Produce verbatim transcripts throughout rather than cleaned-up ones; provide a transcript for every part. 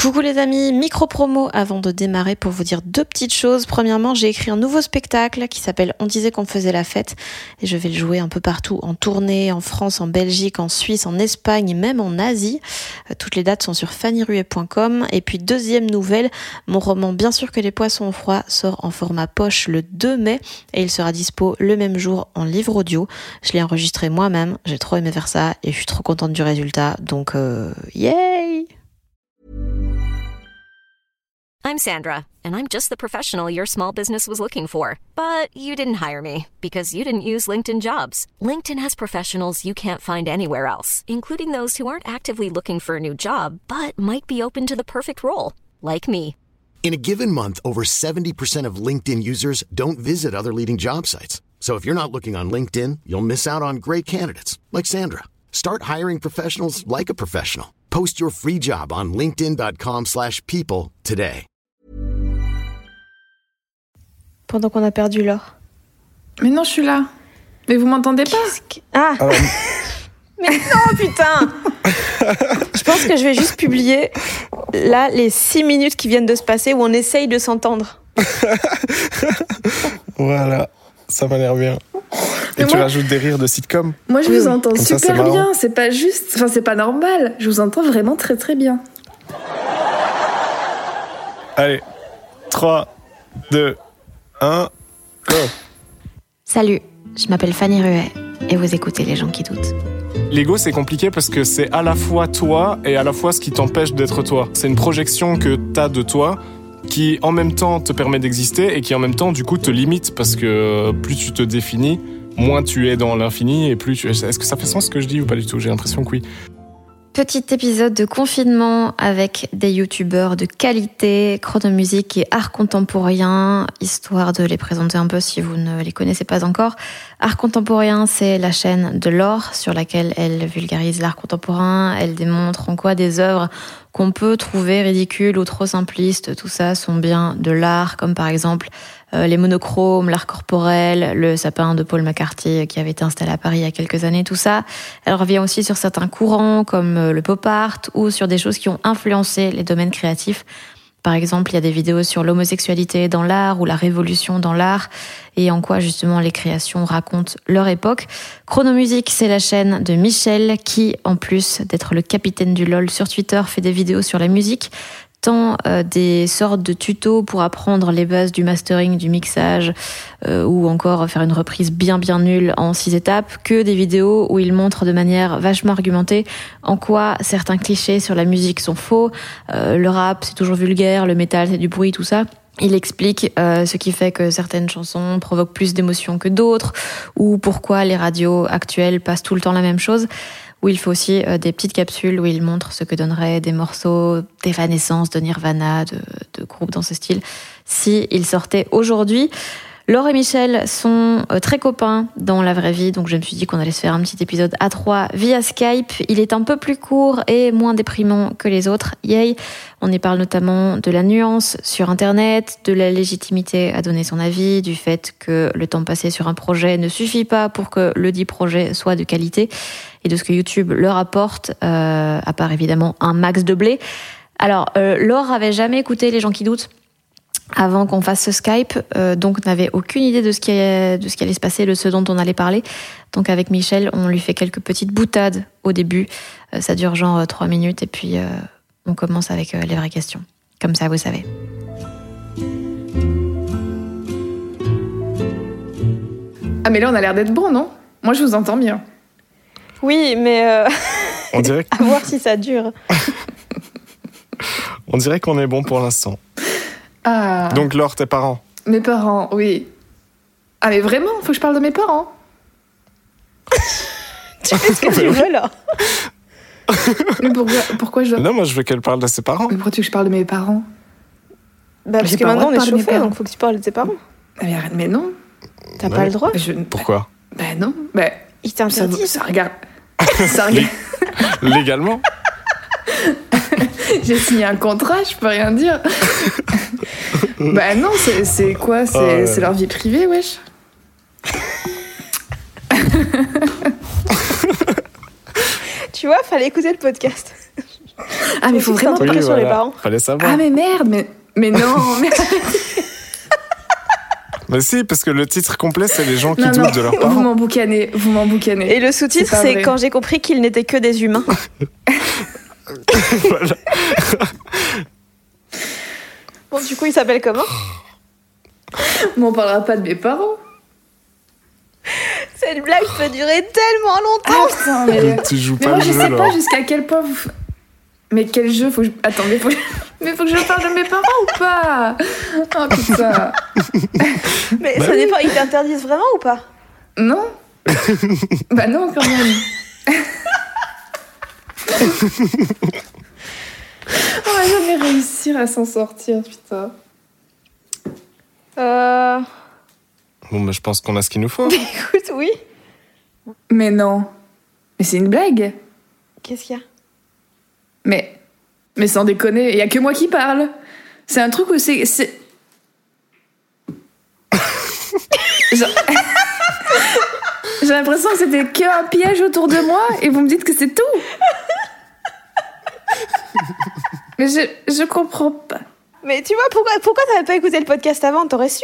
Coucou les amis, micro-promo avant de démarrer pour vous dire deux petites choses. Premièrement, j'ai écrit un nouveau spectacle qui s'appelle On disait qu'on faisait la fête et je vais le jouer un peu partout en tournée, en France, en Belgique, en Suisse, en Espagne et même en Asie. Toutes les dates sont sur fanny ruet point com. Et puis deuxième nouvelle, mon roman Bien sûr que les poissons ont froid sort en format poche le deux mai et il sera dispo le même jour en livre audio. Je l'ai enregistré moi-même, j'ai trop aimé faire ça et je suis trop contente du résultat, donc euh, yay! I'm Sandra, and I'm just the professional your small business was looking for. But you didn't hire me, because you didn't use LinkedIn Jobs. LinkedIn has professionals you can't find anywhere else, including those who aren't actively looking for a new job, but might be open to the perfect role, like me. In a given month, over seventy percent of LinkedIn users don't visit other leading job sites. So if you're not looking on LinkedIn, you'll miss out on great candidates, like Sandra. Start hiring professionals like a professional. Post your free job on linkedin.com slash people today. Pendant qu'on a perdu l'or. Mais non, je suis là. Mais vous m'entendez pas? Que... Ah euh... Mais non, putain. Je pense que je vais juste publier, là, les six minutes qui viennent de se passer où on essaye de s'entendre. Voilà, ça m'a l'air bien. Et mais tu moi, rajoutes des rires de sitcom. Moi, je oui. vous entends Comme super ça, c'est bien. C'est pas juste... Enfin, c'est pas normal. Je vous entends vraiment très, très bien. Allez, trois, deux, un, go. Salut, je m'appelle Fanny Ruet et vous écoutez Les gens qui doutent. L'ego, c'est compliqué parce que c'est à la fois toi et à la fois ce qui t'empêche d'être toi. C'est une projection que t'as de toi qui, en même temps, te permet d'exister et qui, en même temps, du coup, te limite parce que plus tu te définis, moins tu es dans l'infini et plus tu... Est-ce que ça fait sens ce que je dis ou pas du tout? J'ai l'impression que oui. Petit épisode de confinement avec des youtubeurs de qualité, chronomusique et art contemporain, histoire de les présenter un peu si vous ne les connaissez pas encore. Art contemporain, c'est la chaîne de Laure sur laquelle elle vulgarise l'art contemporain, elle démontre en quoi des œuvres qu'on peut trouver ridicules ou trop simplistes, tout ça sont bien de l'art, comme par exemple euh, les monochromes, l'art corporel, le sapin de Paul McCarthy qui avait été installé à Paris il y a quelques années, tout ça. Elle revient aussi sur certains courants comme euh, le pop art ou sur des choses qui ont influencé les domaines créatifs. Par exemple, il y a des vidéos sur l'homosexualité dans l'art ou la révolution dans l'art et en quoi justement les créations racontent leur époque. Chronomusique, c'est la chaîne de Michel qui, en plus d'être le capitaine du LOL sur Twitter, fait des vidéos sur la musique, tant euh, des sortes de tutos pour apprendre les bases du mastering, du mixage euh, ou encore faire une reprise bien bien nulle en six étapes, que des vidéos où il montre de manière vachement argumentée en quoi certains clichés sur la musique sont faux, euh, le rap c'est toujours vulgaire, le métal c'est du bruit, tout ça. Il explique euh, ce qui fait que certaines chansons provoquent plus d'émotions que d'autres ou pourquoi les radios actuelles passent tout le temps la même chose. Où il fait aussi euh, des petites capsules où il montre ce que donneraient des morceaux d'Evanescence, de Nirvana, de, de groupes dans ce style, si ils sortaient aujourd'hui. Laure et Michel sont euh, très copains dans la vraie vie, donc je me suis dit qu'on allait se faire un petit épisode à trois via Skype. Il est un peu plus court et moins déprimant que les autres. Yay! On y parle notamment de la nuance sur Internet, de la légitimité à donner son avis, du fait que le temps passé sur un projet ne suffit pas pour que le dit projet soit de qualité, et de ce que YouTube leur apporte, euh, à part évidemment un max de blé. Alors, euh, Laure avait jamais écouté Les gens qui doutent avant qu'on fasse ce Skype, euh, donc n'avait aucune idée de ce, qui allait, de ce qui allait se passer, de ce dont on allait parler. Donc avec Michel, on lui fait quelques petites boutades au début. Euh, ça dure genre trois minutes et puis euh, on commence avec euh, les vraies questions. Comme ça, vous savez. Ah mais là, on a l'air d'être bon, non? Moi, je vous entends bien. Oui, mais euh... On dirait que... à voir si ça dure. On dirait qu'on est bon pour l'instant. Ah. Donc Laure, tes parents? Mes parents, oui. Ah mais vraiment, faut que je parle de mes parents. Tu fais ce que tu veux, là. Mais pourquoi, pourquoi je dois... Non, moi je veux qu'elle parle de ses parents. Mais pourquoi tu veux que je parle de mes parents? Bah parce J'ai que pas le maintenant on droit est de parler de chauffé, mes donc faut que tu parles de tes parents. Ah, mais arrête, mais non. T'as Ouais. pas le droit. Je... Pourquoi? Bah non, bah... Il Ça, t'interdit. ça regarde... ça regarde... Légalement? J'ai signé un contrat, je peux rien dire. Bah non, c'est, c'est quoi c'est, oh, ouais. c'est leur vie privée, wesh. Tu vois, fallait écouter le podcast. Ah, mais il faut vraiment... Oui, Oui, sur les voilà. parents. Fallait savoir. Ah, mais merde, mais, mais non, mais... Mais si, parce que le titre complet, c'est les gens qui non, doutent non, de leurs vous parents. m'en boucanez, vous m'en boucanez. Et le sous-titre, C'est pas c'est vrai. quand j'ai compris qu'ils n'étaient que des humains. Voilà. Bon, du coup, il s'appelle comment? Mais on parlera pas de mes parents. Cette blague peut durer tellement longtemps. Ah, putain, mais... Mais tu joues Mais pas moi, le je jeu, sais là. pas jusqu'à quel point vous... Mais quel jeu faut que je... Attends, mais faut... mais faut que je parle de mes parents ou pas? Oh putain. Mais Bah ça oui. dépend, ils t'interdisent vraiment ou pas? Non. Bah non, quand même. On va jamais réussir à s'en sortir, putain. Euh... Bon, bah, je pense qu'on a ce qu'il nous faut. Écoute, oui. Mais non. Mais c'est une blague. Qu'est-ce qu'il y a? Mais... Mais sans déconner, il y a que moi qui parle. C'est un truc où c'est... c'est... Genre... J'ai l'impression que c'était qu'un piège autour de moi et vous me dites que c'est tout. Mais je, je comprends pas. Mais tu vois, pourquoi, pourquoi t'avais pas écouté le podcast avant? T'aurais su.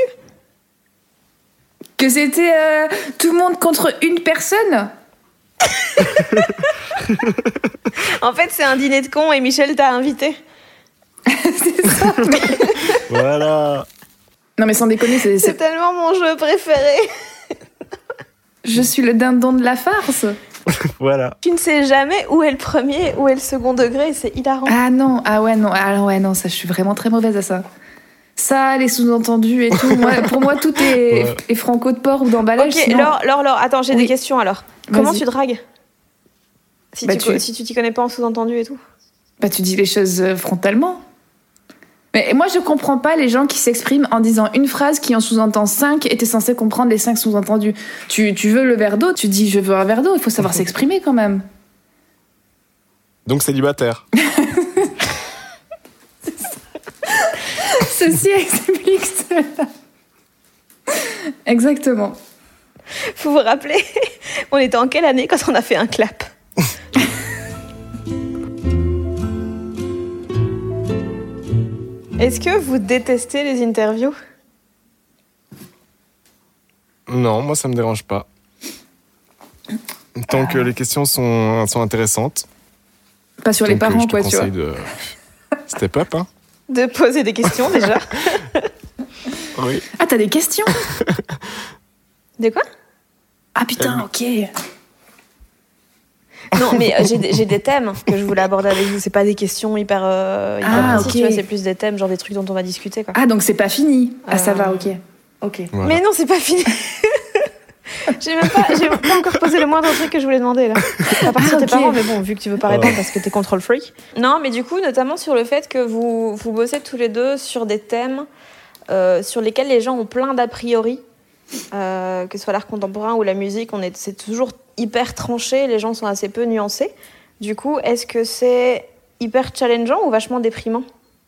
Que c'était euh, tout le monde contre une personne. En fait, c'est un dîner de cons et Michel t'a invité. C'est ça. Voilà. Non mais sans déconner, c'est, C'est c'est... tellement mon jeu préféré. je suis le dindon de la farce. Voilà. Tu ne sais jamais où est le premier, où est le second degré, c'est hilarant. Ah non, ah ouais non, ah ouais non, ça je suis vraiment très mauvaise à ça. Ça, les sous-entendus et tout. Moi, pour moi, tout est, Ouais. est franco de porc ou d'emballage. Ok, sinon- Laure, Laure, Laure, attends, j'ai Oui. des questions alors. Comment Vas-y. tu dragues si, Bah, tu, tu- co- si tu t'y connais pas en sous-entendu et tout. Bah, tu dis les choses euh, frontalement. Mais moi, je comprends pas les gens qui s'expriment en disant une phrase qui en sous-entend cinq et t'es censé comprendre les cinq sous-entendus. Tu, tu veux le verre d'eau, tu dis je veux un verre d'eau, il faut savoir s'exprimer quand même. Donc célibataire. Ceci explique cela. Exactement. Faut vous rappeler, on était en quelle année quand on a fait un clap? Est-ce que vous détestez les interviews? Non, moi ça me dérange pas. Tant que les questions sont, sont intéressantes. Pas sur les Donc, euh, parents, je te quoi, tu vois. conseille de step up, hein. De poser des questions déjà. Oui. Ah, t'as des questions? De quoi? Ah putain, ok. Non, mais euh, j'ai, des- j'ai des thèmes que je voulais aborder avec vous. C'est pas des questions hyper, euh, hyper Ah, précises, ok. tu vois, c'est plus des thèmes, genre des trucs dont on va discuter, quoi. Ah, donc c'est pas fini. Ah, ça Euh. va, ok. Ok. Voilà. Mais non, c'est pas fini. j'ai même pas, j'ai pas encore posé le moindre truc que je voulais demander là. À part sur Ah, tes ok. parents, mais bon, vu que tu veux pas répondre parce que t'es control freak. Non, mais du coup, notamment sur le fait que vous, vous bossez tous les deux sur des thèmes euh, sur lesquels les gens ont plein d'a priori, euh, que ce soit l'art contemporain ou la musique, on est, c'est toujours hyper tranché, les gens sont assez peu nuancés. Du coup, est-ce que c'est hyper challengeant ou vachement déprimant?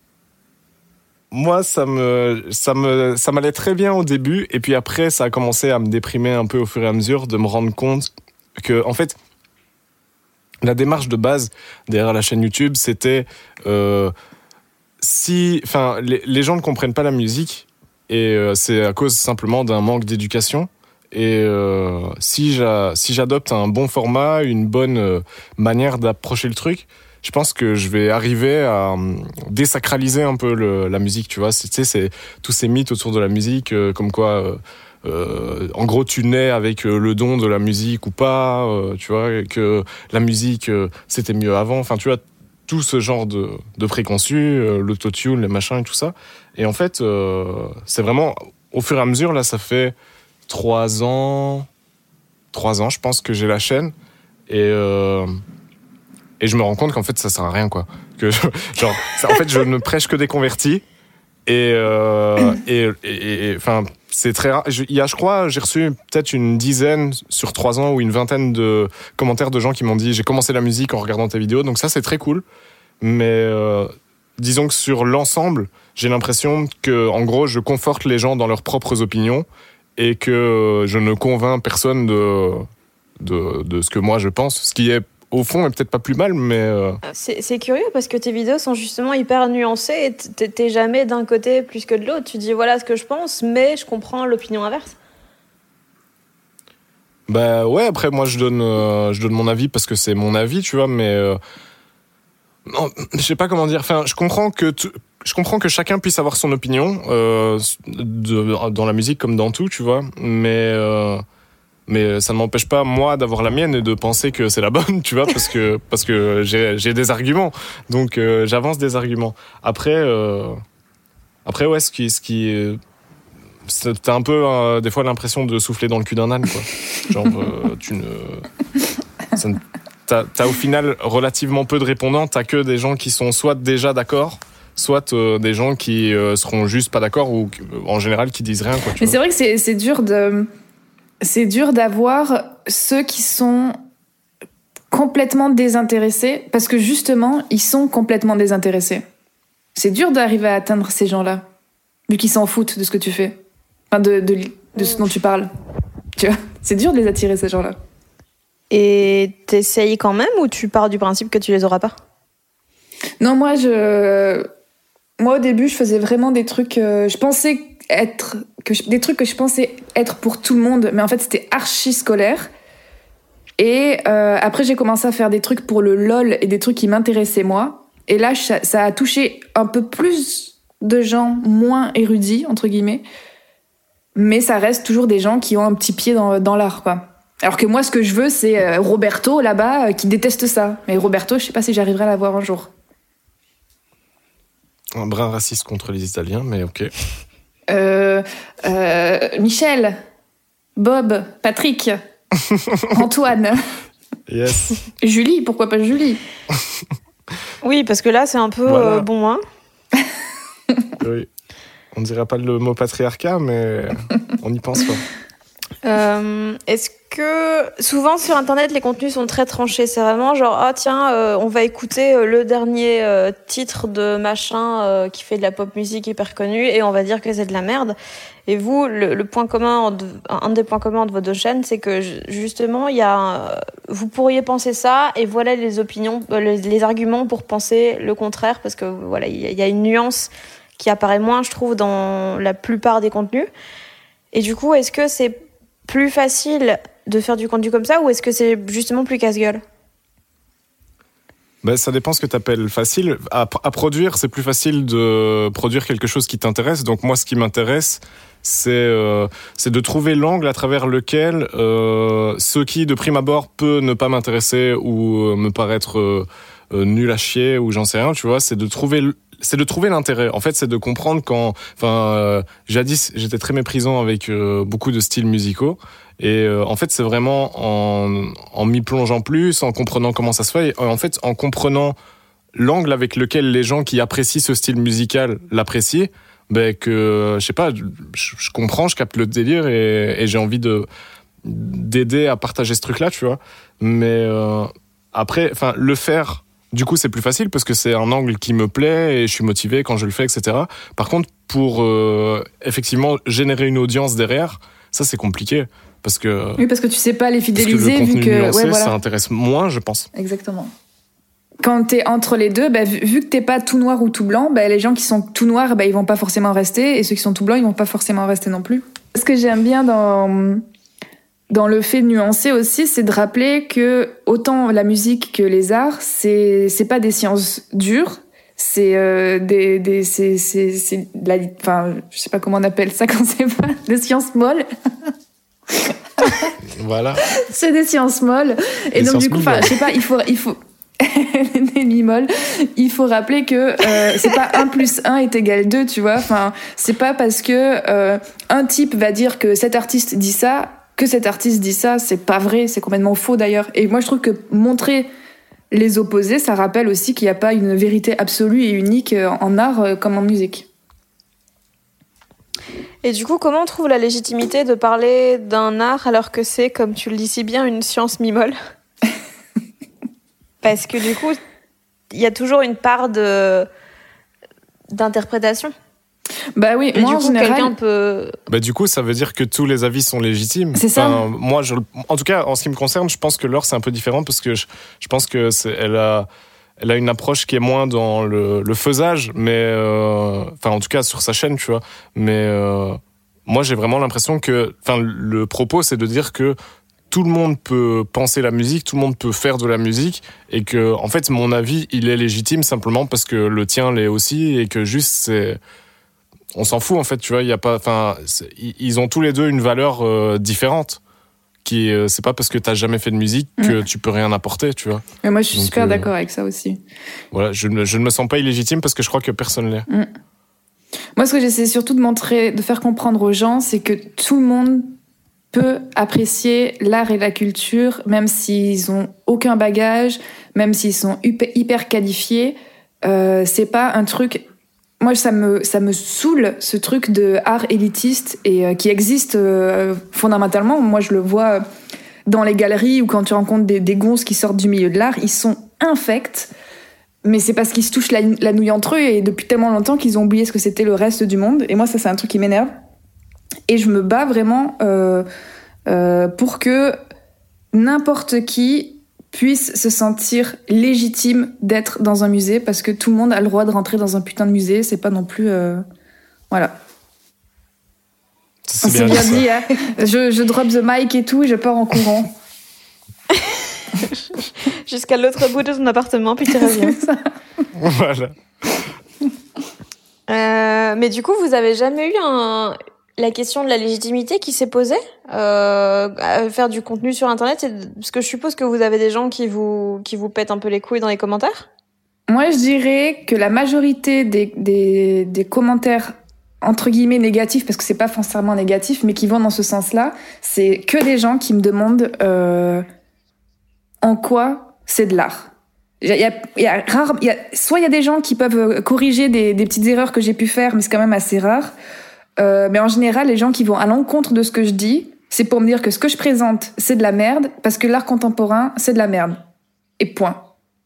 Moi, ça me, ça me, ça m'allait très bien au début, et puis après, ça a commencé à me déprimer un peu au fur et à mesure, de me rendre compte que, en fait, la démarche de base derrière la chaîne YouTube, c'était euh, si, enfin, les, les gens ne comprennent pas la musique, et euh, c'est à cause simplement d'un manque d'éducation. Et euh, si, j'a, si j'adopte un bon format, une bonne euh, manière d'approcher le truc, je pense que je vais arriver à euh, désacraliser un peu le, la musique, tu vois. C'est, tu sais, c'est tous ces mythes autour de la musique, euh, comme quoi, euh, euh, en gros, tu nais avec euh, le don de la musique ou pas, euh, tu vois, et que la musique, euh, c'était mieux avant. Enfin, tu vois, tout ce genre de, de préconçus, euh, l'autotune, les machins et tout ça. Et en fait, euh, c'est vraiment, au fur et à mesure, là, ça fait trois ans, trois ans, je pense que j'ai la chaîne. Et... Euh, Et je me rends compte qu'en fait, ça sert à rien, quoi. Que je, genre, ça, en fait, je ne prêche que des convertis. Et, euh, et, et, et, enfin, c'est très rare. Je, il y a, je crois, j'ai reçu peut-être une dizaine sur trois ans ou une vingtaine de commentaires de gens qui m'ont dit j'ai commencé la musique en regardant tes vidéos. Donc ça, c'est très cool. Mais euh, disons que sur l'ensemble, j'ai l'impression que, en gros, je conforte les gens dans leurs propres opinions et que je ne convainc personne de, de, de ce que moi je pense. Ce qui est au fond est peut-être pas plus mal, mais... Euh... C'est, c'est curieux parce que tes vidéos sont justement hyper nuancées et t'es, t'es jamais d'un côté plus que de l'autre. Tu dis voilà ce que je pense, mais je comprends l'opinion inverse. Bah ouais, après moi je donne, euh, je donne mon avis parce que c'est mon avis, tu vois, mais... Euh... Non, je sais pas comment dire. Enfin, je comprends que t- je comprends que chacun puisse avoir son opinion euh, de, dans la musique comme dans tout, tu vois. Mais euh, mais ça ne m'empêche pas moi d'avoir la mienne et de penser que c'est la bonne, tu vois, parce que parce que j'ai j'ai des arguments. Donc euh, j'avance des arguments. Après euh, après ouais, ce qui ce qui euh, t'as un peu euh, des fois l'impression de souffler dans le cul d'un âne, quoi. Genre euh, tu ne ça ne T'as, t'as au final relativement peu de répondants, t'as que des gens qui sont soit déjà d'accord, soit euh, des gens qui euh, seront juste pas d'accord ou en général qui disent rien, quoi. Mais vois. C'est vrai que c'est, c'est dur de, c'est dur d'avoir ceux qui sont complètement désintéressés parce que justement ils sont complètement désintéressés. C'est dur d'arriver à atteindre ces gens-là vu qu'ils s'en foutent de ce que tu fais, enfin de de, de ce dont tu parles. Tu vois, c'est dur de les attirer ces gens-là. Et t'essayes quand même ou tu pars du principe que tu les auras pas ? Non, moi, je... moi au début, je faisais vraiment des trucs... Euh, je pensais être... Que je... Des trucs que je pensais être pour tout le monde, mais en fait, c'était archi scolaire. Et euh, après, j'ai commencé à faire des trucs pour le lol et des trucs qui m'intéressaient moi. Et là, ça, ça a touché un peu plus de gens moins érudits, entre guillemets. Mais ça reste toujours des gens qui ont un petit pied dans, dans l'art, quoi. Alors que moi, ce que je veux, c'est Roberto, là-bas, qui déteste ça. Mais Roberto, je sais pas si j'arriverai à l'avoir un jour. Un brin raciste contre les Italiens, mais ok. Euh, euh, Michel, Bob, Patrick, Antoine. Yes. Julie, pourquoi pas Julie ? Oui, parce que là, c'est un peu voilà. euh, bon, hein. Oui. On dirait pas le mot patriarcat, mais on y pense pas. Euh, est-ce que souvent sur internet les contenus sont très tranchés, c'est vraiment genre ah tiens euh, on va écouter euh, le dernier euh, titre de machin euh, qui fait de la pop musique hyper connue et on va dire que c'est de la merde. Et vous le, le point commun un des points communs de vos deux chaînes, c'est que justement il y a vous pourriez penser ça et voilà les opinions les, les arguments pour penser le contraire parce que voilà il y, y a une nuance qui apparaît moins je trouve dans la plupart des contenus. Et du coup est-ce que c'est plus facile de faire du contenu comme ça ou est-ce que c'est justement plus casse-gueule ? Ben, ça dépend ce que tu appelles facile. À, à produire, c'est plus facile de produire quelque chose qui t'intéresse. Donc moi, ce qui m'intéresse, c'est, euh, c'est de trouver l'angle à travers lequel euh, ce qui, de prime abord, peut ne pas m'intéresser ou me paraître euh, euh, nul à chier ou j'en sais rien, tu vois, c'est de trouver... c'est de trouver l'intérêt. En fait, c'est de comprendre quand... Enfin, euh, jadis, j'étais très méprisant avec euh, beaucoup de styles musicaux. Et euh, en fait, c'est vraiment en, en m'y plongeant plus, en comprenant comment ça se fait. Et en fait, en comprenant l'angle avec lequel les gens qui apprécient ce style musical l'apprécient, ben que, je sais pas, je, je comprends, je capte le délire et, et j'ai envie de d'aider à partager ce truc-là, tu vois. Mais euh, après, enfin, le faire... Du coup, c'est plus facile parce que c'est un angle qui me plaît et je suis motivé quand je le fais, et cetera. Par contre, pour euh, effectivement générer une audience derrière, ça c'est compliqué parce que oui, parce que tu sais pas les fidéliser parce que le vu contenu que nuancé, ouais, voilà. ça intéresse moins, je pense. Exactement. Quand t'es entre les deux, bah, vu, vu que t'es pas tout noir ou tout blanc, bah, les gens qui sont tout noirs, bah, ils vont pas forcément rester et ceux qui sont tout blancs, ils vont pas forcément rester non plus. Ce que j'aime bien dans Dans le fait de nuancer aussi, c'est de rappeler que autant la musique que les arts, c'est c'est pas des sciences dures, c'est euh, des des c'est c'est c'est la enfin je sais pas comment on appelle ça quand c'est pas des sciences molles. Voilà. C'est des sciences molles et des donc du coup enfin je sais pas il faut il faut des mi-molles, il faut rappeler que euh, c'est pas un plus un est égal deux, tu vois, enfin c'est pas parce que euh, un type va dire que cet artiste dit ça que cet artiste dit ça, c'est pas vrai, c'est complètement faux d'ailleurs. Et moi je trouve que montrer les opposés, ça rappelle aussi qu'il n'y a pas une vérité absolue et unique en art comme en musique. Et du coup, comment on trouve la légitimité de parler d'un art alors que c'est, comme tu le dis si bien, une science mi-molle ? Parce que du coup, il y a toujours une part de... d'interprétation. Bah oui, Et moi du en coup, général... quelqu'un peut... Bah du coup, ça veut dire que tous les avis sont légitimes. C'est ça. Enfin, moi, je, en tout cas, en ce qui me concerne, je pense que Laure, c'est un peu différent parce que je, je pense que c'est, elle a, elle a une approche qui est moins dans le, le faisage, mais euh, enfin, en tout cas, sur sa chaîne, tu vois. Mais euh, moi, j'ai vraiment l'impression que, enfin, le propos, c'est de dire que tout le monde peut penser la musique, tout le monde peut faire de la musique, et que, en fait, mon avis, il est légitime simplement parce que le tien l'est aussi, et que juste, c'est, on s'en fout, en fait, tu vois, il y a pas, enfin, ils ont tous les deux une valeur euh, différente, qui, euh, c'est pas parce que t'as jamais fait de musique que mmh. tu peux rien apporter, tu vois. Mais moi, je suis Donc, super euh, d'accord avec ça aussi. Voilà, je ne, je ne me sens pas illégitime parce que je crois que personne l'est. Mmh. Moi, ce que j'essaie surtout de montrer, de faire comprendre aux gens, c'est que tout le monde peut apprécier l'art et la culture, même s'ils ont aucun bagage, même s'ils sont hyper qualifiés. Euh, c'est pas un truc... Moi, ça me, ça me saoule, ce truc de art élitiste, et euh, qui existe euh, fondamentalement. Moi, je le vois dans les galeries ou quand tu rencontres des, des gonzes qui sortent du milieu de l'art, ils sont infects, mais c'est parce qu'ils se touchent la, la nouille entre eux, et depuis tellement longtemps qu'ils ont oublié ce que c'était le reste du monde. Et moi, ça, c'est un truc qui m'énerve. Et je me bats vraiment euh, euh, pour que n'importe qui puisse se sentir légitime d'être dans un musée, parce que tout le monde a le droit de rentrer dans un putain de musée. C'est pas non plus... Euh... Voilà. C'est On s'est bien dit, hein. je, je drop the mic et tout, et je pars en courant. Jusqu'à l'autre bout de ton appartement, puis tu reviens. Voilà. Euh, mais du coup, vous avez jamais eu un... la question de la légitimité qui s'est posée euh, à faire du contenu sur Internet, parce que je suppose que vous avez des gens qui vous qui vous pètent un peu les couilles dans les commentaires. Moi, je dirais que la majorité des des, des commentaires entre guillemets négatifs, parce que c'est pas forcément négatif, mais qui vont dans ce sens-là, c'est que des gens qui me demandent euh, en quoi c'est de l'art. Il y a, il y a rare, il y a, soit il y a des gens qui peuvent corriger des, des petites erreurs que j'ai pu faire, mais c'est quand même assez rare. Euh, mais en général, les gens qui vont à l'encontre de ce que je dis, c'est pour me dire que ce que je présente, c'est de la merde, parce que l'art contemporain, c'est de la merde. Et point.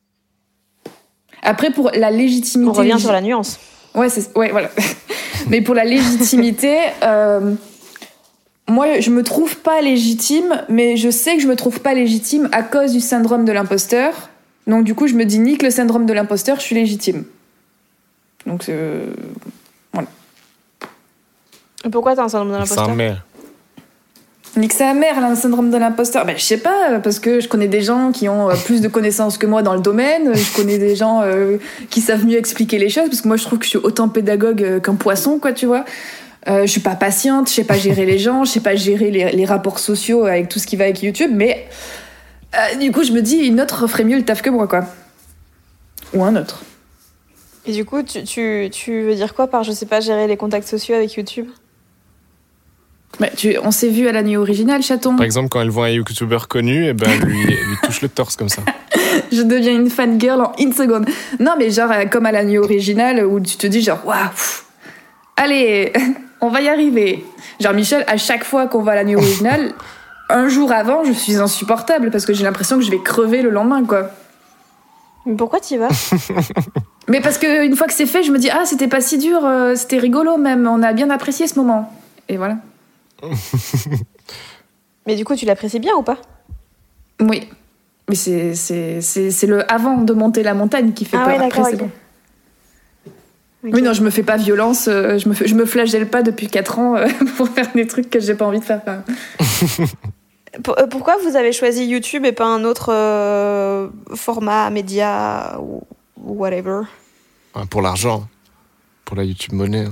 Après, pour la légitimité... On revient sur la nuance. Ouais, c'est... ouais, voilà. Mais pour la légitimité, euh, moi, je me trouve pas légitime, mais je sais que je me trouve pas légitime à cause du syndrome de l'imposteur. Donc, du coup, je me dis, nique le syndrome de l'imposteur, je suis légitime. Donc, euh, voilà. Pourquoi t'as un syndrome de l'imposteur ? C'est un mère. Nique sa mère, elle a un syndrome de l'imposteur. Ben, je sais pas, parce que je connais des gens qui ont plus de connaissances que moi dans le domaine. Je connais des gens euh, qui savent mieux expliquer les choses, parce que moi, je trouve que je suis autant pédagogue qu'un poisson, quoi, tu vois. Euh, je suis pas patiente, je sais pas gérer les gens, je sais pas gérer les, les rapports sociaux avec tout ce qui va avec YouTube, mais euh, du coup, je me dis, une autre ferait mieux le taf que moi, quoi. Ou un autre. Et du coup, tu, tu, tu veux dire quoi par, je sais pas, gérer les contacts sociaux avec YouTube ? Bah, tu, on s'est vu à la nuit originale, chaton. Par exemple, quand elle voit un youtubeur connu, et ben lui, lui touche le torse comme ça. Je deviens une fangirl en une seconde. Non, mais genre, comme à la nuit originale, où tu te dis genre, waouh, allez, on va y arriver. Genre, Michel, à chaque fois qu'on va à la nuit originale, un jour avant, je suis insupportable, parce que j'ai l'impression que je vais crever le lendemain, quoi. Mais pourquoi t'y vas ? Mais parce qu'une fois que c'est fait, je me dis, ah, c'était pas si dur, euh, c'était rigolo même, on a bien apprécié ce moment. Et voilà. Mais du coup, tu l'apprécies bien ou pas ? Oui. Mais c'est, c'est, c'est, c'est le avant de monter la montagne qui fait ah peur. Ouais, Après, c'est okay. bon. Okay. Oui, non, je me fais pas violence, euh, je, me fais, je me flagelle pas depuis quatre ans euh, pour faire des trucs que j'ai pas envie de faire. Pourquoi vous avez choisi YouTube et pas un autre euh, format, média ou whatever ? Pour l'argent, pour la YouTube monnaie.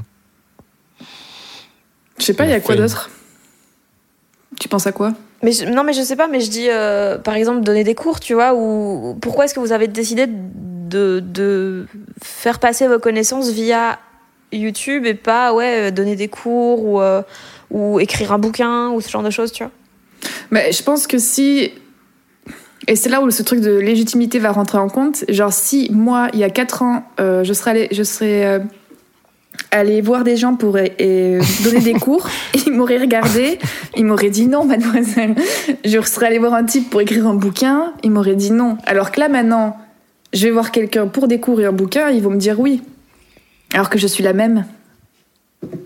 Je sais pas, il y a quoi d'autre ? Tu penses à quoi ? mais je, Non, mais je sais pas, mais je dis, euh, par exemple, donner des cours, tu vois, ou pourquoi est-ce que vous avez décidé de, de faire passer vos connaissances via YouTube et pas, ouais, donner des cours ou, euh, ou écrire un bouquin ou ce genre de choses, tu vois ? Mais je pense que si... Et c'est là où ce truc de légitimité va rentrer en compte. Genre, si moi, il y a quatre ans, euh, je serais allée... Je serais, euh, aller voir des gens pour et donner des cours, et ils m'auraient regardé, ils m'auraient dit non, mademoiselle. Je serais allée voir un type pour écrire un bouquin, il m'aurait dit non. Alors que là, maintenant, je vais voir quelqu'un pour des cours et un bouquin, ils vont me dire oui. Alors que je suis la même.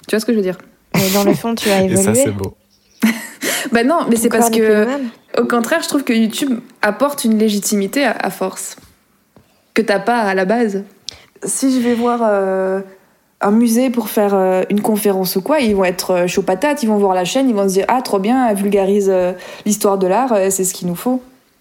Tu vois ce que je veux dire? Mais dans le fond, tu as évolué. Et ça, c'est beau. Bah non, mais Ton c'est parce corps n'est plus le que, même. au contraire, je trouve que YouTube apporte une légitimité à, à force que t'as pas à la base. Si je vais voir euh, un musée pour faire euh, une conférence ou quoi, ils vont être euh, chauds patates, ils vont voir la chaîne, ils vont se dire « Ah, trop bien, elle vulgarise euh, l'histoire de l'art, euh, c'est ce qu'il nous faut. »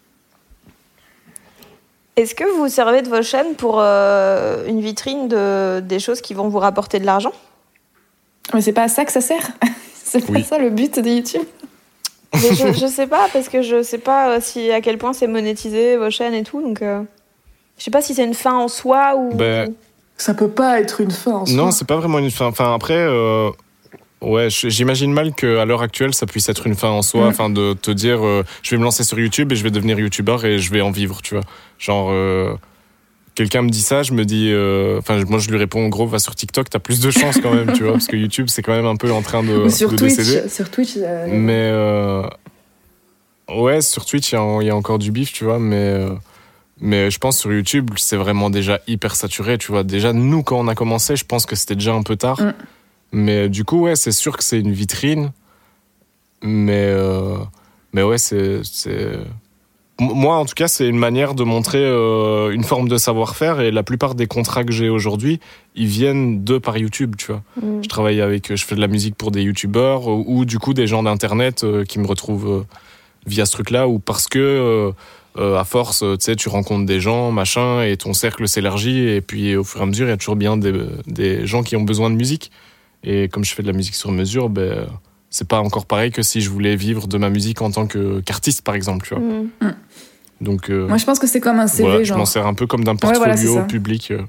Est-ce que vous servez de vos chaînes pour euh, une vitrine de, des choses qui vont vous rapporter de l'argent? Mais c'est pas à ça que ça sert. C'est pas Oui. ça le but de YouTube. Mais je, je sais pas, parce que je sais pas si à quel point c'est monétisé vos chaînes et tout, donc euh, je sais pas si c'est une fin en soi ou. Ben, Ça peut pas être une fin en soi. non, c'est pas vraiment une fin. Enfin, après, euh, ouais, je- j'imagine mal qu'à l'heure actuelle, ça puisse être une fin en soi. Mm. Enfin, de te dire, euh, je vais me lancer sur YouTube et je vais devenir YouTuber et je vais en vivre, tu vois. Genre, euh, quelqu'un me dit ça, je me dis, euh, enfin, moi, je lui réponds, en gros, va sur TikTok, t'as plus de chance quand même, tu vois, parce que YouTube, c'est quand même un peu en train de, Ou sur de Twitch. décéder. Sur Twitch. euh, Mais euh, ouais, sur Twitch, il y, a- il y a encore du bif, tu vois, mais euh, mais je pense sur YouTube, c'est vraiment déjà hyper saturé, tu vois. Déjà, nous, quand on a commencé, je pense que c'était déjà un peu tard. Mm. Mais du coup, ouais, c'est sûr que c'est une vitrine. Mais euh, mais ouais, c'est c'est M- moi, en tout cas, c'est une manière de montrer euh, une forme de savoir-faire, et la plupart des contrats que j'ai aujourd'hui, ils viennent de par YouTube, tu vois. Mm. Je travaille avec, je fais de la musique pour des youtubeurs ou, ou du coup des gens d'internet euh, qui me retrouvent euh, via ce truc-là, ou parce que euh, euh, à force, euh, tu sais, tu rencontres des gens, machin, et ton cercle s'élargit, et puis au fur et à mesure, il y a toujours bien des, des gens qui ont besoin de musique. Et comme je fais de la musique sur mesure, ben c'est pas encore pareil que si je voulais vivre de ma musique en tant que, qu'artiste, par exemple, tu vois. Mm. Donc, euh, Moi, je pense que c'est comme un C V, voilà, je genre. m'en sers un peu comme d'un Ouais, portfolio voilà, c'est ça. public. euh.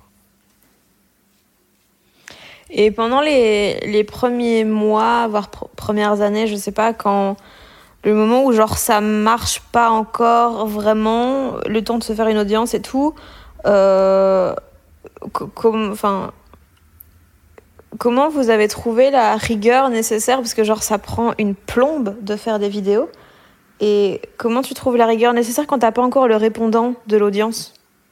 Et pendant les, les premiers mois, voire pr- premières années, je sais pas, quand le moment où genre ça marche pas encore vraiment, le temps de se faire une audience et tout, euh, co- com- enfin, comment vous avez trouvé la rigueur nécessaire, parce que genre ça prend une plombe de faire des vidéos, et comment tu trouves la rigueur nécessaire quand t'as pas encore le répondant de l'audience?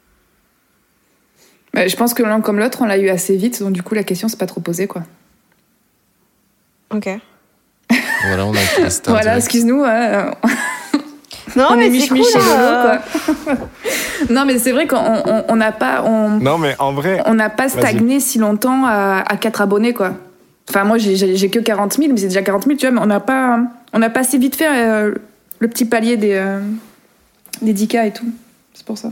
Bah, je pense que l'un comme l'autre, on l'a eu assez vite, donc du coup, la question, c'est pas trop posée, quoi. Ok. Voilà, on a été resté en Voilà, direct. excuse-nous. hein. Non on mais est c'est cool, mich-mich chez hein, Lolo, quoi. Non, mais c'est vrai qu'on on- on n'a pas, on, Non, mais en vrai, on n'a pas stagné si longtemps à, à quatre abonnés, quoi. Enfin, moi, j'ai, j'ai, j'ai que quarante mille, mais c'est déjà quarante mille, tu vois, mais on n'a pas, on n'a pas assez vite fait euh, le petit palier des, euh, des dix K et tout. C'est pour ça.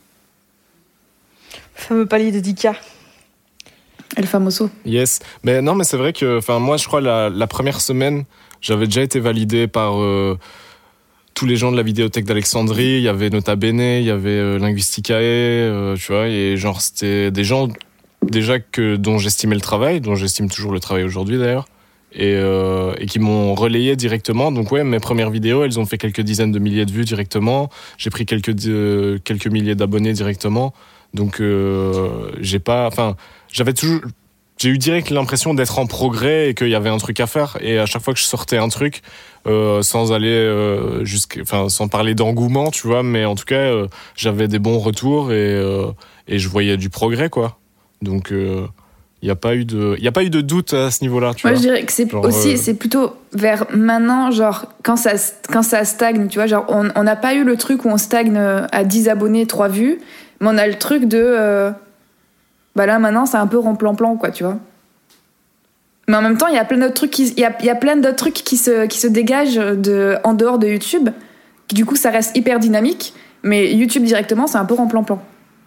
Le fameux palier de dix K. El famoso. yes. Mais non, mais c'est vrai que, enfin, moi, je crois la, la première semaine, j'avais déjà été validé par euh, tous les gens de la vidéothèque d'Alexandrie. Il y avait Nota Bene, il y avait euh, Linguisticae, euh, tu vois, et genre c'était des gens déjà que dont j'estimais le travail, dont j'estime toujours le travail aujourd'hui d'ailleurs, et euh, et qui m'ont relayé directement. Donc ouais, mes premières vidéos, elles ont fait quelques dizaines de milliers de vues directement. J'ai pris quelques euh, quelques milliers d'abonnés directement. Donc euh, j'ai pas, enfin, j'avais toujours, j'ai eu direct l'impression d'être en progrès et qu'il y avait un truc à faire. Et à chaque fois que je sortais un truc, euh, sans aller euh, jusqu'à, enfin, sans parler d'engouement, tu vois, mais en tout cas, euh, j'avais des bons retours et euh, et je voyais du progrès, quoi. Donc il euh, y a pas eu de, il y a pas eu de doute à ce niveau-là, tu Moi, vois. je dirais que c'est Genre, aussi, euh, c'est plutôt vers maintenant, genre, quand ça, quand ça stagne, tu vois, genre, on on n'a pas eu le truc où on stagne à dix abonnés, trois vues, mais on a le truc de, euh, bah là, maintenant, c'est un peu rond-plan-plan, quoi, tu vois. Mais en même temps, il y a plein d'autres trucs qui, il y a, il y a plein d'autres trucs qui se, qui se dégagent de, en dehors de YouTube, qui, du coup, ça reste hyper dynamique, mais YouTube directement, c'est un peu rond-plan-plan.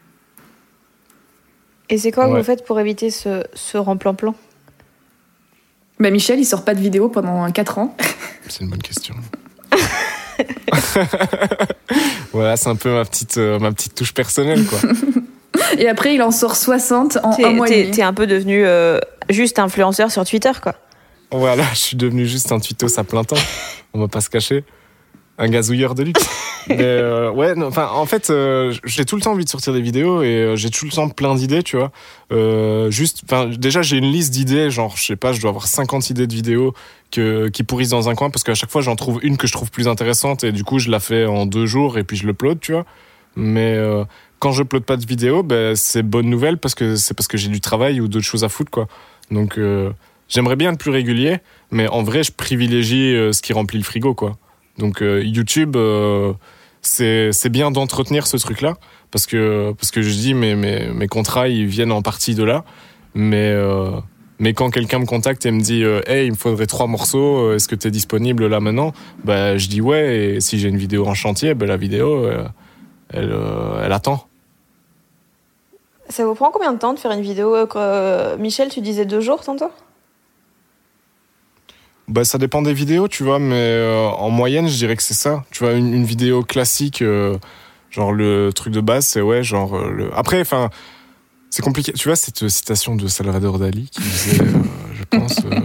Et c'est quoi que Ouais. vous faites pour éviter ce, ce remplan-plan? Bah, Michel, il sort pas de vidéo pendant quatre ans. C'est une bonne question. Voilà, c'est un peu ma petite, euh, ma petite touche personnelle, quoi. Et après, il en sort soixante en T'es, un mois et t'es- demi. t'es un peu devenu euh, juste influenceur sur Twitter, quoi. Voilà, je suis devenu juste un tweetos à plein temps. On va pas se cacher. Un gazouilleur de luxe. Mais euh, ouais, non, enfin, en fait, euh, j'ai tout le temps envie de sortir des vidéos et euh, j'ai tout le temps plein d'idées, tu vois. Euh, juste, enfin, déjà, j'ai une liste d'idées, genre, je sais pas, je dois avoir cinquante idées de vidéos que, qui pourrissent dans un coin parce qu'à chaque fois, j'en trouve une que je trouve plus intéressante et du coup, je la fais en deux jours et puis je l'upload, tu vois. Mais euh, quand je upload pas de vidéo, ben, c'est bonne nouvelle parce que c'est parce que j'ai du travail ou d'autres choses à foutre, quoi. Donc, euh, j'aimerais bien être plus régulier, mais en vrai, je privilégie euh, ce qui remplit le frigo, quoi. Donc euh, YouTube, euh, c'est c'est bien d'entretenir ce truc-là, parce que parce que je dis mes mes mes contrats ils viennent en partie de là, mais euh, mais quand quelqu'un me contacte et me dit euh, hey, il me faudrait trois morceaux, est-ce que t'es disponible là maintenant? Bah je dis ouais, et si j'ai une vidéo en chantier, bah la vidéo euh, elle euh, elle attend. Ça vous prend combien de temps de faire une vidéo euh, Michel, tu disais deux jours tantôt? Bah ça dépend des vidéos, tu vois, mais euh, en moyenne, je dirais que c'est ça. Tu vois, une, une vidéo classique, euh, genre le truc de base, c'est ouais, genre euh, le. Après, enfin, c'est compliqué. Tu vois cette citation de Salvador Dali qui disait, euh, je pense, euh,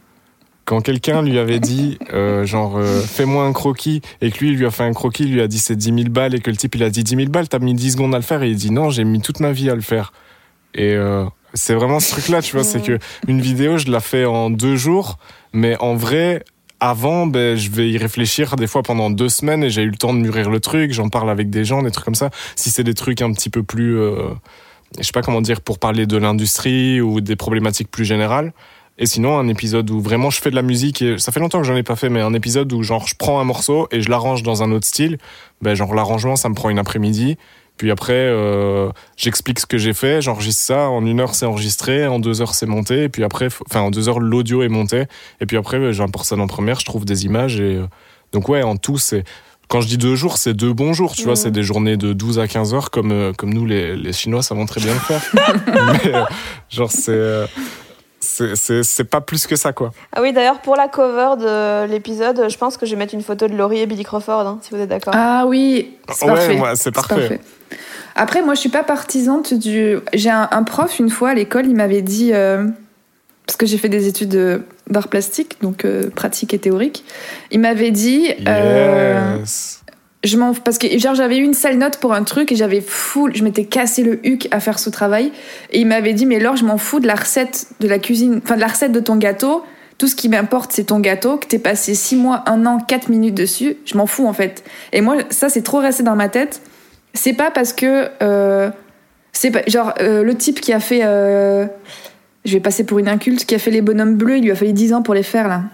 quand quelqu'un lui avait dit, euh, genre, euh, fais-moi un croquis, et que lui, il lui a fait un croquis, il lui a dit c'est dix mille balles, et que le type, il a dit dix mille balles, t'as mis dix secondes à le faire, et il dit non, j'ai mis toute ma vie à le faire. Et euh, c'est vraiment ce truc-là, tu vois, c'est que une vidéo, je la fais en deux jours, mais en vrai, avant, ben, je vais y réfléchir des fois pendant deux semaines, et j'ai eu le temps de mûrir le truc, j'en parle avec des gens, des trucs comme ça. Si c'est des trucs un petit peu plus, euh, je sais pas comment dire, pour parler de l'industrie ou des problématiques plus générales. Et sinon, un épisode où vraiment je fais de la musique, et ça fait longtemps que j'en ai pas fait, mais un épisode où genre je prends un morceau et je l'arrange dans un autre style, ben genre l'arrangement, ça me prend une après-midi. Puis après, euh, j'explique ce que j'ai fait, j'enregistre ça, en une heure c'est enregistré, en deux heures c'est monté, et puis après, enfin en deux heures l'audio est monté, et puis après j'importe ça dans Première, je trouve des images, et euh, donc ouais, en tout c'est, quand je dis deux jours, c'est deux bons jours, tu mmh. vois, c'est des journées de douze à quinze heures, comme, euh, comme nous les, les Chinois savons très bien le faire. Mais euh, genre c'est... Euh, C'est, c'est, c'est pas plus que ça, quoi. Ah oui, d'ailleurs, pour la cover de l'épisode, je pense que je vais mettre une photo de Laurie et Billy Crawford, hein, si vous êtes d'accord. Ah oui, c'est ouais, parfait. Moi, c'est parfait. C'est parfait. Après, moi, je suis pas partisante du... J'ai un, un prof, une fois, à l'école, il m'avait dit... Euh... Parce que j'ai fait des études de, d'art plastique, donc euh, pratique et théorique. Il m'avait dit... Yes. Euh... Je m'en... Parce que genre, j'avais eu une sale note pour un truc et j'avais full, je m'étais cassé le huc à faire ce travail. Et il m'avait dit, mais Laure, je m'en fous de la recette de la cuisine, enfin de la recette de ton gâteau. Tout ce qui m'importe, c'est ton gâteau, que t'es passé six mois, un an, quatre minutes dessus. Je m'en fous, en fait. Et moi, ça, c'est trop resté dans ma tête. C'est pas parce que... Euh, c'est pas, genre, euh, le type qui a fait... Euh, je vais passer pour une inculte, qui a fait les bonhommes bleus, il lui a fallu dix ans pour les faire, là.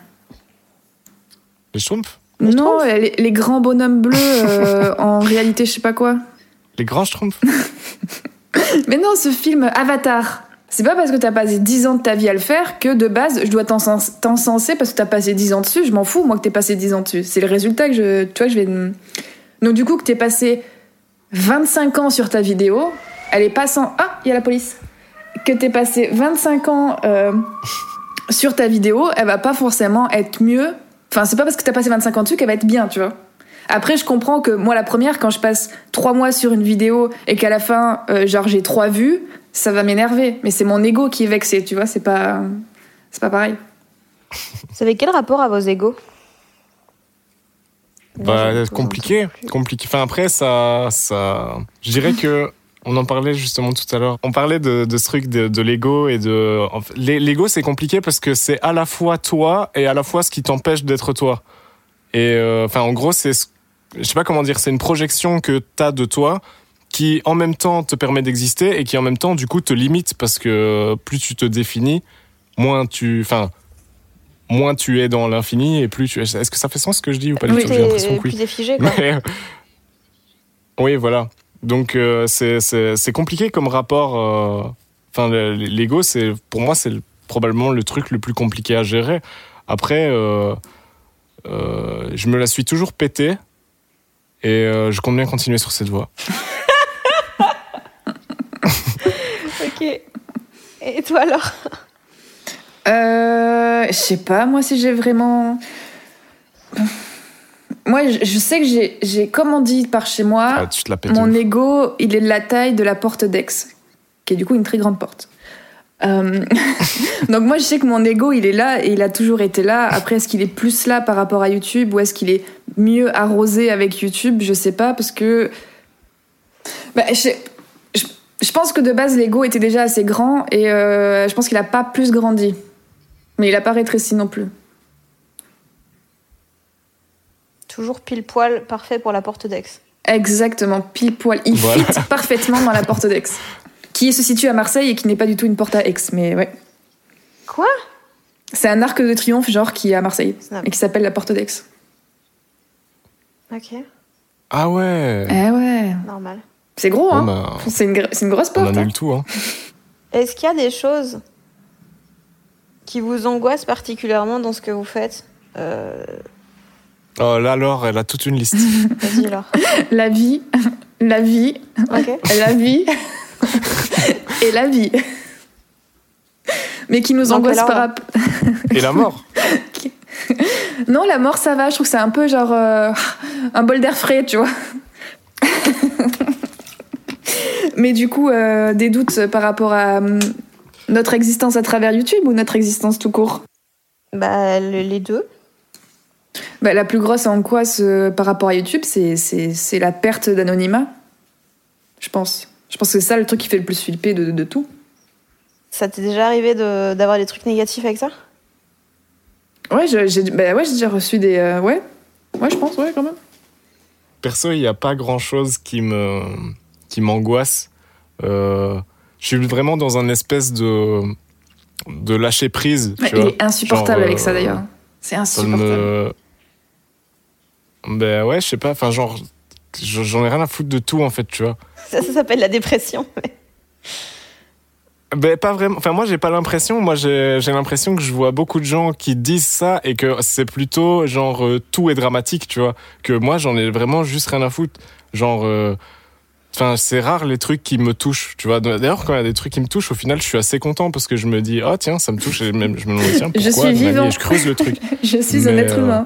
Les Schtroumpfs ? Non, les, les grands bonhommes bleus, euh, en réalité, je sais pas quoi. Les grands Schtroumpfs. Mais non, ce film Avatar, c'est pas parce que t'as passé dix ans de ta vie à le faire que de base, je dois t'encenser parce que t'as passé dix ans dessus. Je m'en fous, moi, que t'aies passé dix ans dessus. C'est le résultat que je... Tu vois, je vais... Donc du coup, que t'aies passé vingt-cinq ans sur ta vidéo, elle est pas sans... Ah, il y a la police. Que t'aies passé vingt-cinq ans euh, sur ta vidéo, elle va pas forcément être mieux... Enfin, c'est pas parce que t'as passé vingt-cinq ans dessus qu'elle va être bien, tu vois. Après, je comprends que moi, la première, quand je passe trois mois sur une vidéo et qu'à la fin, euh, genre, j'ai trois vues, ça va m'énerver. Mais c'est mon ego qui est vexé, tu vois, c'est pas, c'est pas pareil. Vous avez quel rapport à vos égos ? Bah, compliqué, compliqué. Enfin, après, ça, ça, je dirais que, on en parlait justement tout à l'heure. On parlait de, de ce truc de, de l'ego et de... L'ego, c'est compliqué parce que c'est à la fois toi et à la fois ce qui t'empêche d'être toi. Et euh, enfin, en gros, c'est... Je sais pas comment dire, c'est une projection que t'as de toi qui, en même temps, te permet d'exister et qui, en même temps, du coup, te limite parce que plus tu te définis, moins tu... Enfin, moins tu es dans l'infini et plus tu... Est-ce que ça fait sens ce que je dis ou pas du oui, tout ? J'ai l'impression que oui. Plus t'es figé, quoi. Mais... Oui, voilà. Donc euh, c'est c'est c'est compliqué comme rapport. Enfin, euh, l'ego, c'est pour moi c'est le, probablement le truc le plus compliqué à gérer. Après, euh, euh, je me la suis toujours pété et euh, je compte bien continuer sur cette voie. Ok. Et toi alors ? Euh, je sais pas. Moi, si j'ai vraiment. Moi, je sais que j'ai, j'ai comme on dit par chez moi, ah, tu te la pètes mon ouf. ego, il est de la taille de la porte d'Aix, qui est du coup une très grande porte. Euh... Donc moi, je sais que mon ego, il est là et il a toujours été là. Après, est-ce qu'il est plus là par rapport à YouTube ou est-ce qu'il est mieux arrosé avec YouTube ? Je sais pas, parce que... Bah, je, je, je pense que de base, l'ego était déjà assez grand et euh, je pense qu'il a pas plus grandi. Mais il a pas rétréci non plus. Toujours pile poil parfait pour la porte d'Aix. Exactement, pile poil. Il voilà. fit parfaitement dans la porte d'Aix. Qui se situe à Marseille et qui n'est pas du tout une porte à Aix, mais ouais. Quoi ? C'est un arc de triomphe, genre, qui est à Marseille, Snap. et qui s'appelle la Porte d'Aix. Ok, Ah ouais. Eh ouais. normal. C'est gros, Bon, hein. bah, C'est une, gr- c'est une grosse on porte. annule Hein. tout, hein. Est-ce qu'il y a des choses qui vous angoissent particulièrement dans ce que vous faites euh... Oh, là, Laure, elle a toute une liste. Vas-y, Laure. La vie, la vie, Ok. la vie et la vie. Mais qui nous Dans angoisse quel par ordre rapport... Et la mort. Non, la mort, ça va. Je trouve que c'est un peu genre euh, un bol d'air frais, tu vois. Mais du coup, euh, des doutes par rapport à euh, notre existence à travers YouTube ou notre existence tout court? Bah, le- les deux. Bah, la plus grosse angoisse euh, par rapport à YouTube, c'est, c'est, c'est la perte d'anonymat. Je pense. Je pense que c'est ça le truc qui fait le plus flipper de, de tout. Ça t'est déjà arrivé de, d'avoir des trucs négatifs avec ça? Ouais, je- j'ai, bah ouais, j'ai déjà reçu des... euh, ouais. Ouais, je pense, ouais, quand même. Perso, il n'y a pas grand-chose qui me qui m'angoisse. Euh, je suis vraiment dans un espèce de de lâcher prise. Tu Ouais, vois. il est insupportable Genre, avec ça, euh, d'ailleurs. C'est Ça insupportable. me... Ben ouais, je sais pas. Enfin, genre, j'en ai rien à foutre de tout en fait, tu vois. Ça, ça s'appelle la dépression. Ben pas vraiment. Enfin, moi, j'ai pas l'impression. Moi, j'ai j'ai l'impression que je vois beaucoup de gens qui disent ça et que c'est plutôt genre euh, tout est dramatique, tu vois. Que moi, j'en ai vraiment juste rien à foutre. Genre, euh, enfin, c'est rare les trucs qui me touchent, tu vois. D'ailleurs, quand il y a des trucs qui me touchent, au final, je suis assez content parce que je me dis, oh tiens, ça me touche. Et même, je me demande, tiens, pourquoi Je suis dans ma vie vivant. Et je creuse le truc. Je suis un Mais, être euh, humain.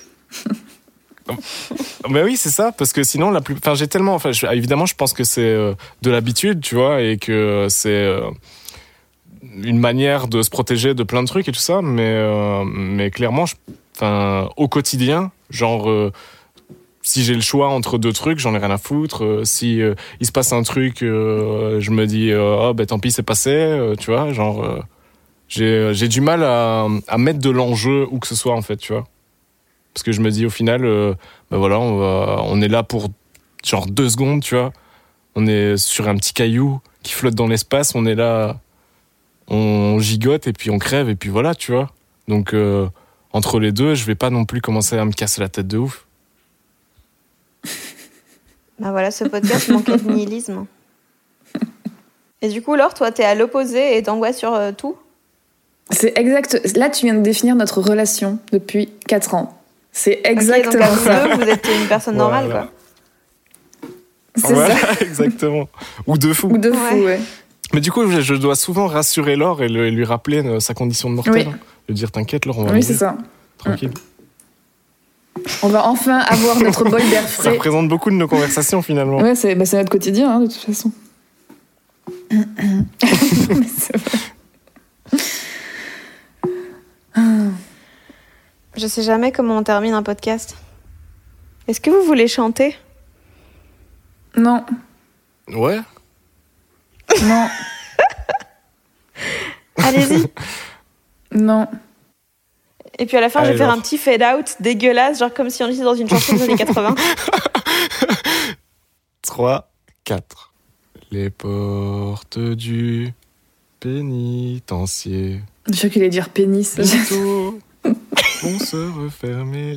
Ben oui, c'est ça, parce que sinon, la plus, enfin, j'ai tellement, enfin, je- évidemment, je pense que c'est euh, de l'habitude, tu vois, et que c'est euh, une manière de se protéger de plein de trucs et tout ça, mais, euh, mais clairement, je- enfin, au quotidien, genre, euh, si j'ai le choix entre deux trucs, j'en ai rien à foutre. Euh, si euh, il se passe un truc, euh, je me dis, euh, oh, ben tant pis, c'est passé, euh, tu vois, genre, euh, j'ai, j'ai du mal à, à mettre de l'enjeu où que ce soit, en fait, tu vois. Parce que je me dis au final, euh, ben voilà, on, va, on est là pour genre deux secondes, tu vois. On est sur un petit caillou qui flotte dans l'espace, on est là, on gigote et puis on crève et puis voilà, tu vois. Donc euh, entre les deux, je vais pas non plus commencer à me casser la tête de ouf. Bah voilà, ce podcast manquait de nihilisme. Et du coup, Laure, toi, t'es à l'opposé et t'angoisses sur euh, tout? C'est exact. Là, tu viens de définir notre relation depuis quatre ans. C'est Ok, exactement donc à vous ça. deux, vous êtes une personne normale, Voilà. quoi. C'est Voilà, ça. exactement. Ou de fou. Ou de fou, Ouais. ouais. Mais du coup, je, je dois souvent rassurer Laure et, le- et lui rappeler euh, sa condition de mortel. Oui. Hein. Lui dire, t'inquiète, Laure, on va Oui, mourir. c'est ça. Tranquille. On va enfin avoir notre bol d'air Ça frais. représente beaucoup de nos conversations finalement. Ouais, c'est, bah, c'est notre quotidien, hein, de toute façon. Mais c'est vrai. Je sais jamais comment on termine un podcast. Est-ce que vous voulez chanter? Non, Ouais. non, Allez-y. non. Et puis à la fin, je Allez, vais faire Laure. un petit fade-out dégueulasse, genre comme si on était dans une chanson des années quatre-vingts. trois, quatre. Les portes du pénitencier Je suis sûre qu'il allait dire pénis. bientôt vont se refermer.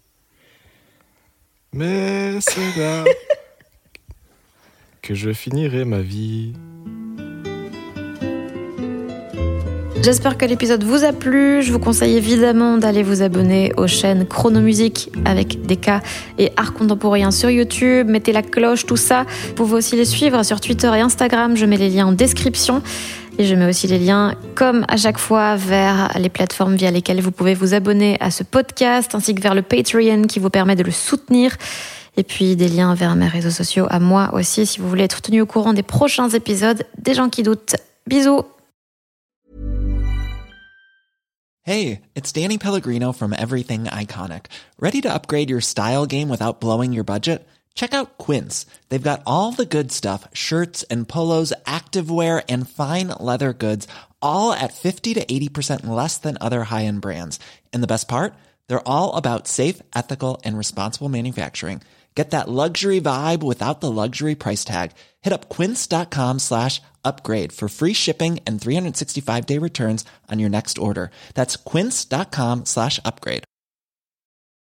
Mais c'est là que je finirai ma vie. J'espère que l'épisode vous a plu. Je vous conseille évidemment d'aller vous abonner aux chaînes Chronomusique avec des cas et art contemporain sur YouTube. Mettez la cloche, tout ça. Vous pouvez aussi les suivre sur Twitter et Instagram. Je mets les liens en description. Et je mets aussi les liens, comme à chaque fois, vers les plateformes via lesquelles vous pouvez vous abonner à ce podcast, ainsi que vers le Patreon qui vous permet de le soutenir. Et puis des liens vers mes réseaux sociaux à moi aussi, si vous voulez être tenu au courant des prochains épisodes des gens qui doutent. Bisous! Hey, it's Danny Pellegrino from Everything Iconic. Ready to upgrade your style game without blowing your budget? Check out Quince. They've got all the good stuff, shirts and polos, activewear, and fine leather goods, all at fifty to eighty percent less than other high-end brands. And the best part? They're all about safe, ethical, and responsible manufacturing. Get that luxury vibe without the luxury price tag. Hit up quince.com slash upgrade for free shipping and three sixty-five day returns on your next order. That's quince.com slash upgrade.